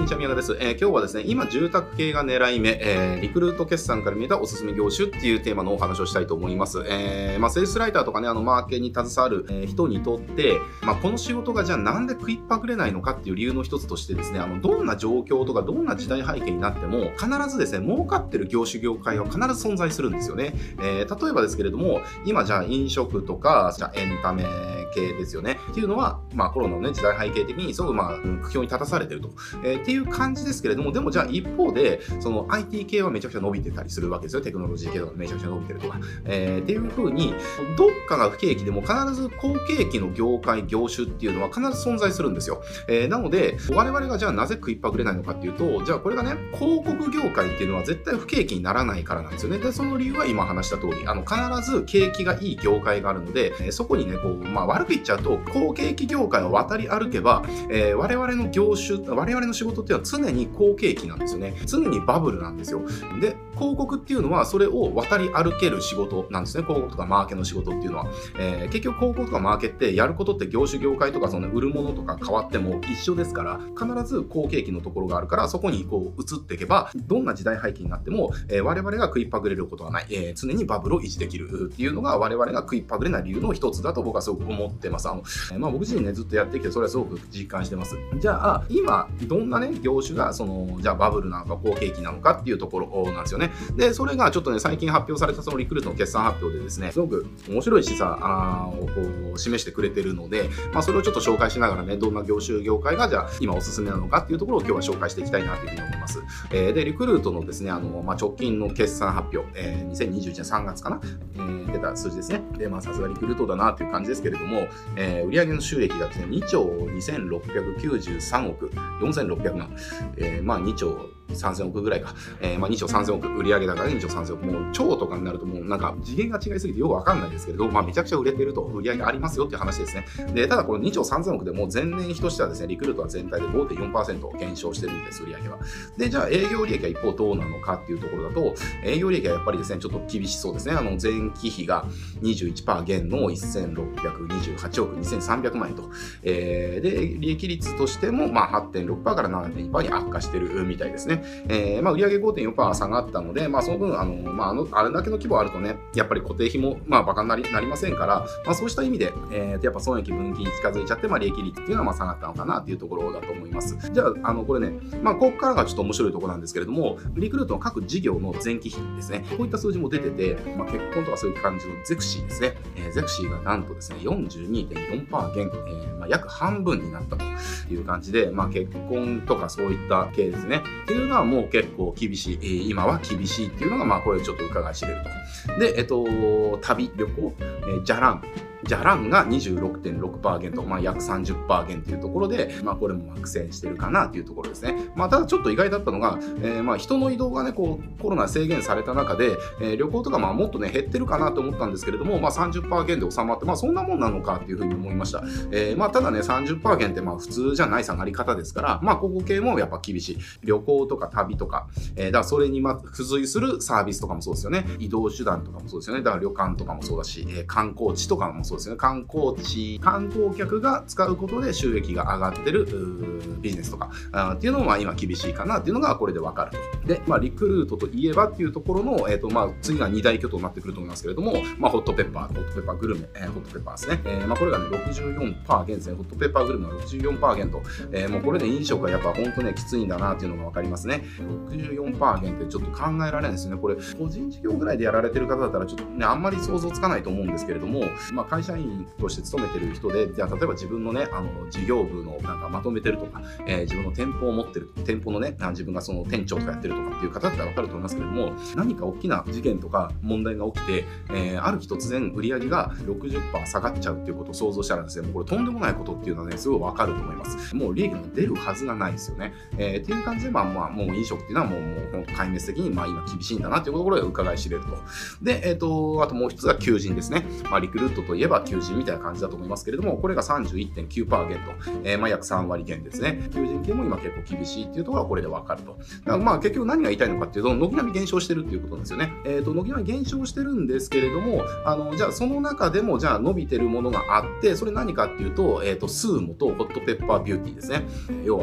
ちは、宮川です。今日はですね、今、住宅系が狙い目、リクルート決算から見えたおすすめ業種っていうテーマのお話をしたいと思います。セールスライターとかね、マーケに携わる、人にとって、この仕事がじゃあなんで食いっぱぐれないのかっていう理由の一つとしてですね、どんな状況とかどんな時代背景になっても、必ずですね、儲かってる業種業界は必ず存在するんですよね。例えばですけれども、今じゃあ飲食とか、じゃあエンタメ系ですよね。っていうのは、コロナのね、時代背景的にすごく苦境に立たされてると。っていう感じですけれども、でもじゃあ一方で、その IT 系はめちゃくちゃ伸びてたりするわけですよ。テクノロジー系はめちゃくちゃ伸びてるとか。っていう風に、どっかが不景気でも必ず好景気の業界、業種っていうのは必ず存在するんですよ。なので、我々がじゃあなぜ食いっぱぐれないのかっていうと、じゃあこれがね、広告業界っていうのは絶対不景気にならないからなんですよね。で、その理由は今話した通り、必ず景気がいい業界があるので、そこにね、悪く言っちゃうと、好景気業界を渡り歩けば、我々の業種、我々の仕事っていうのは常に好景気なんですよね。常にバブルなんですよ。で、広告っていうのはそれを渡り歩ける仕事なんですね。広告とかマーケの仕事っていうのは。結局広告とかマーケってやることって業種業界とかその売るものとか変わっても一緒ですから、必ず好景気のところがあるから、そこに移っていけば、どんな時代背景になっても、我々が食いっぱぐれることはない。常にバブルを維持できるっていうのが我々が食いっぱぐれない理由の一つだと僕はすごく思ってます。僕自身ね、ずっとやってきて、それはすごく実感してます。じゃあ、今、どんなね、業種が、じゃあバブルなのか、好景気なのかっていうところなんですよね。で、それがちょっとね、最近発表されたそのリクルートの決算発表でですね、すごく面白い示唆を示してくれてるので、それをちょっと紹介しながらね、どんな業種、業界が、じゃあ、今おすすめなのかっていうところを今日は紹介していきたいなというふうに思います。で、リクルートのですね、直近の決算発表、2021年3月かな、出た数字ですね。で、さすがリクルートだなという感じですけれども、売上の収益がですね、2兆2693億4600万、2兆3000億ぐらいか、2兆3000億、売上高で2兆3000億、もう超とかになるともうなんか次元が違いすぎてよくわかんないですけれど、めちゃくちゃ売れてると、売上がありますよっていう話ですね。で、ただこの2兆3000億でも前年比としてはですね、リクルートは全体で 5.4% 減少してるんです、売上は。で、じゃあ営業利益は一方どうなのかっていうところだと、営業利益はやっぱりですね、ちょっと厳しそうですね。前期比が 21% 減の1628億2300万円と。で、利益率としても、8.6% から 7.2% に悪化してるみたいですね。売上 5.4% 下がったので、その分、あれだけの規模あるとね、やっぱり固定費も、バカになりませんから、そうした意味で、やっぱ損益分岐に近づいちゃって、利益率っていうのは下がったのかなっていうところだと思います。じゃあ、これね、ここからがちょっと面白いところなんですけれども、リクルートの各事業の前期比ですね、こういった数字も出てて、結婚とかそういう感じのゼクシーですね、ゼクシーがなんとですね、42.4% 減、約半分になったという感じで、結婚とかそういった系ですね、っていうのはもう結構厳しい、今は厳しいっていうのが、これちょっと伺い知れると。で、旅、旅行、じゃらんが 26.6% 減と、約 30% 減というところで、これも苦戦してるかなというところですね。ただちょっと意外だったのが、人の移動がね、コロナ制限された中で、旅行とかもっとね、減ってるかなと思ったんですけれども、30% 減で収まって、そんなもんなのかっていうふうに思いました。ただね、30% 減って普通じゃない下がり方ですから、ここ系もやっぱ厳しい。旅行とか旅とか、だからそれに付随するサービスとかもそうですよね。移動手段とかもそうですよね。だから旅館とかもそうだし、観光地とかもそうですよね。観光客が使うことで収益が上がってるビジネスとかっていうのも今厳しいかなっていうのがこれでわかると。で、リクルートといえばっていうところの、次が2大巨頭になってくると思いますけれども、ホットペッパーグルメ、ホットペッパーですね。これがね、64% 減ですね。ホットペッパーグルメは 64% 減と。もうこれで飲食はやっぱ本当ね、きついんだなっていうのがわかりますね。64% 減ってちょっと考えられないですよね。これ、個人事業ぐらいでやられてる方だったらちょっとね、あんまり想像つかないと思うんですけれども、会社員として勤めてる人で、じゃあ例えば自分のね、事業部のなんかまとめてるとか、自分の店舗を持ってる、店舗のね、自分がその店長とかやってるとかっていう方だったらわかると思いますけれども、何か大きな事件とか問題が起きて、ある日突然売り上げが 60% 下がっちゃうっていうことを想像したらですね、もうこれとんでもないことっていうのはね、すごいわかると思います。もう利益が出るはずがないですよね。っていう感じで、もう飲食っていうのはもう壊滅的に今厳しいんだなっていうところで伺い知れると。で、あともう一つが求人ですね。リクルートといえば求人みたいな感じだと思いますけれども、これが 31.9% 減と、約3割減ですね。求人系も今結構厳しいっていうところはこれでわかると。だから結局何が言いたいのかっていうと、軒並み減少してるっていうことなんですよね。軒並み減少してるんですけれども、じゃあその中でもじゃあ伸びてるものがあって、それ何かっていうと、スーモとホットペッパービューティーですね。要は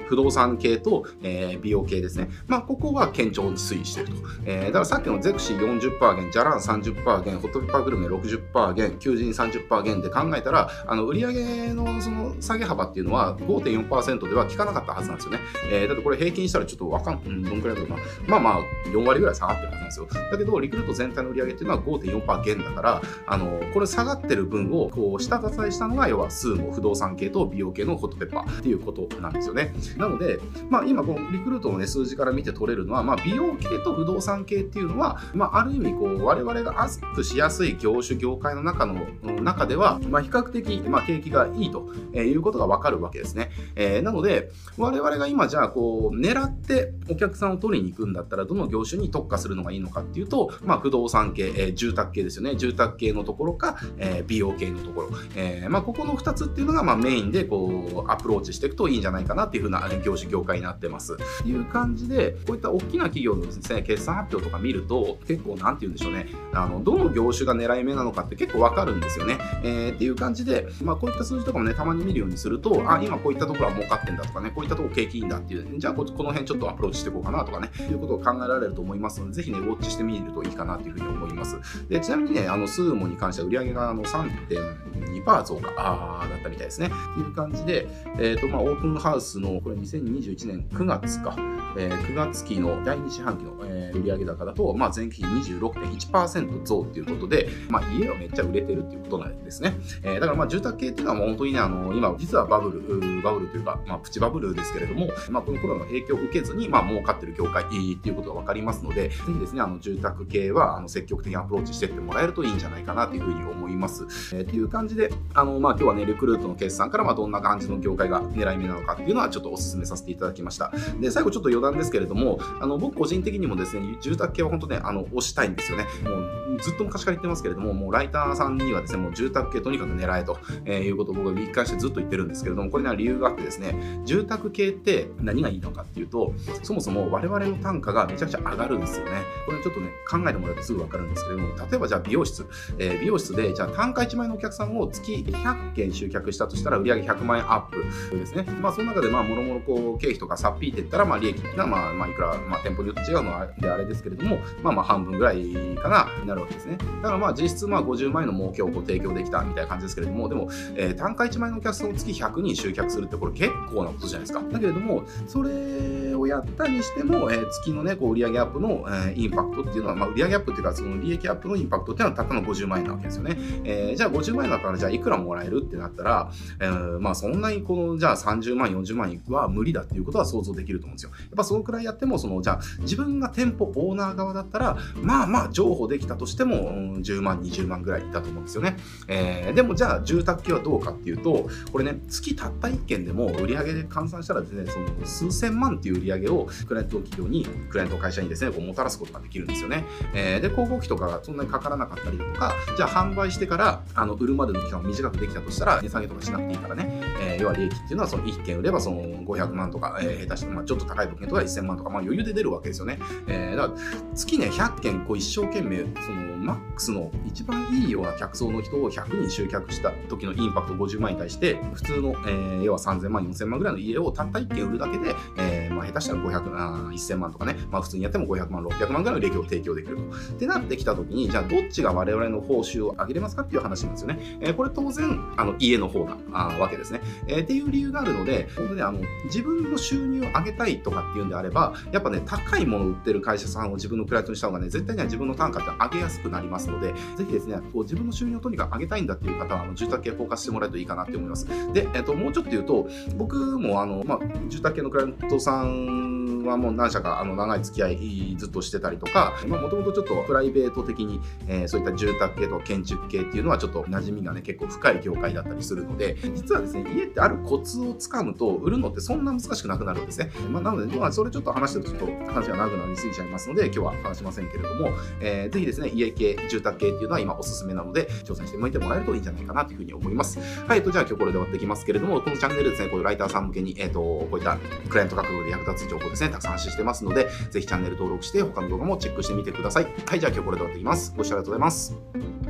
不動産系と、美容系ですね。ここは堅調に推移していると。だからさっきのゼクシー40%減、じゃらん30%減、ホットペッパーグルメ60%減、求人30%減で考えたら、売上のその下げ幅っていうのは 5.4% では効かなかったはずなんですよね。だってこれ平均したらちょっとどんくらいだろうな。4割ぐらい下がってるはずなんですよ。だけど、リクルート全体の売上っていうのは 5.4% 減だから、これ下がってる分をこう下支えしたのが、要はスーモ、不動産系と美容系のホットペッパーっていうことなんですよね。なので、今このリクルートのね、数字から見て取れるのは、美容系と不動産系っていうのは、ある意味こう、我々がアスクしやすい業界の中では、比較的、景気がいいということがわかるわけですね。なので、我々が今じゃあこう、狙ってお客さんを取りに行くんだったら、どの業種に特化するのがいいのかっていうと、不動産系、住宅系ですよね。住宅系のところか、美容系のところ。ここの2つっていうのが、メインでこう、アプローチしていくといいんじゃないかなっていうふうな業界になってます。っていう感じで、こういった大きな企業のですね、決算発表とか見ると、結構なんて言うんでしょうね。どの業種が狙い目なのかって結構わかるんですよね。っていう感じで、こういった数字とかもね、たまに見るようにすると、今こういったところは儲かってんだとかね、こういったところ景気いいんだっていう、じゃあこの辺ちょっとアプローチしていこうかなとかね、いうことを考えられると思いますので、ぜひね、ウォッチしてみるといいかなというふうに思います。で、ちなみにね、スーモに関しては売上が3.2% 増加だったみたいですね。っていう感じで、オープンハウスの、これ2021年9月か、9月期の第2四半期の、売上高だと、前期比 26.1% 増っていうことで、家はめっちゃ売れてるっていうことなんですね。だから住宅系っていうのは本当にね、今実はバブルというか、プチバブルですけれども、このコロナの影響を受けずに、儲かってる業界っていうことが分かりますので、ぜひですね、住宅系は積極的にアプローチしていってもらえるといいんじゃないかなというふうに思います。っていう感じで、今日はね、リクルートの決算からどんな感じの業界が狙い目なのかっていうのはちょっとお勧めさせていただきました。で、最後ちょっと余談ですけれども、僕個人的にもですね、住宅系は本当ね、推したいんですよね。もうずっと昔から言ってますけれども、もうライターさんにはですね、もう住宅系とにかく狙えということを僕は一貫してずっと言ってるんですけれども、これには理由があってですね、住宅系って何がいいのかっていうと、そもそも我々の単価がめちゃくちゃ上がるんですよね。これちょっとね、考えてもらうとすぐわかるんですけれども、例えばじゃあ美容室で、じゃあ単価1万円のお客さんを月100件集客したとしたら売上100万円アップですね。その中でもろもろこう経費とかさっぴいていったら、利益っていうのはいくら、店舗によって違うのであれですけれども、半分ぐらいかな、になるわけですね。だから実質50万円の儲けをこう提供できたみたいな感じですけれども、でも、単価1万円のお客さんを月100人集客するってこれ結構なことじゃないですか。だけれども、それをやったにしても、月のね、こう売上アップの、インパクトっていうのは、売上アップっていうか、その利益アップのインパクトっていうのはたったの50万円なわけですよね。じゃあ50万円だったら、じゃあいくらもらえるってなったら、そんなにじゃあ30万、40万円は無理だっていうことは想像できると思うんですよ。やっぱそのくらいやっても、じゃあ自分が店舗オーナー側だったら、譲歩できたとしても、10万、20万ぐらいだと思うんですよね。でもじゃあ住宅系はどうかっていうと、これね、月たった1件でも売上で換算したらですね、その数千万っていう売上をクライアント会社にですね、もたらすことができるんですよね。で、広告費とかがそんなにかからなかったりとか、じゃあ販売してから売るまでの期間を短くできたとしたら、値下げとかしなくていいからね、要は利益っていうのはその1件売ればその500万とか、下手してちょっと高い物件とか1000万とか、余裕で出るわけですよね。だから月ね、100件こう一生懸命、そのマックスの一番いいような客層の人を100人集客した時のインパクト50万に対して、普通の、要は3000万、4000万ぐらいの家をたった1件売るだけで、下手したら1000万とかね、普通にやっても500万、600万ぐらいの利益を提供できると。ってなってきた時に、じゃあどっちが我々の報酬を上げれますかっていう話なんですよね。これ当然、家の方なわけですね。っていう理由があるので、本当に自分の収入を上げたいとかっていうんであれば、やっぱね、高いものを売ってる会社さんを自分のクライアントにした方がね、絶対に自分の単価って上げやすくなりますので、ぜひですね、こう自分の収入をとにかく上げたいんだっていう方は、住宅系フォーカスしてもらえるといいかなって思います。で、もうちょっと言うと、僕も住宅系のクライアントさんはもう何社か長い付き合いずっとしてたりとか、もともとちょっとプライベート的に、そういった住宅系とか建築系っていうのはちょっと馴染みがね、結構深い業界だったりするので、実はですね、家ってあるコツをつかむと、売るのってそんな難しくなくなるんですね。なので、それちょっと話してるとちょっと話が長くなりすぎちゃいますので、今日は話しませんけれども、ぜひですね、家系、住宅系っていうのは今おすすめなので、挑戦してみてもらえるといいんじゃないかなというふうに思います。はい、じゃあ今日これで終わっていきますけれども、このチャンネルですね、こういうライターさん向けに、こういったクライアント獲得で役立つ情報ですね、たくさん発信してますので、ぜひチャンネル登録して他の動画もチェックしてみてください。はい、じゃあ今日これで終わっていきます。ご視聴ありがとうございます。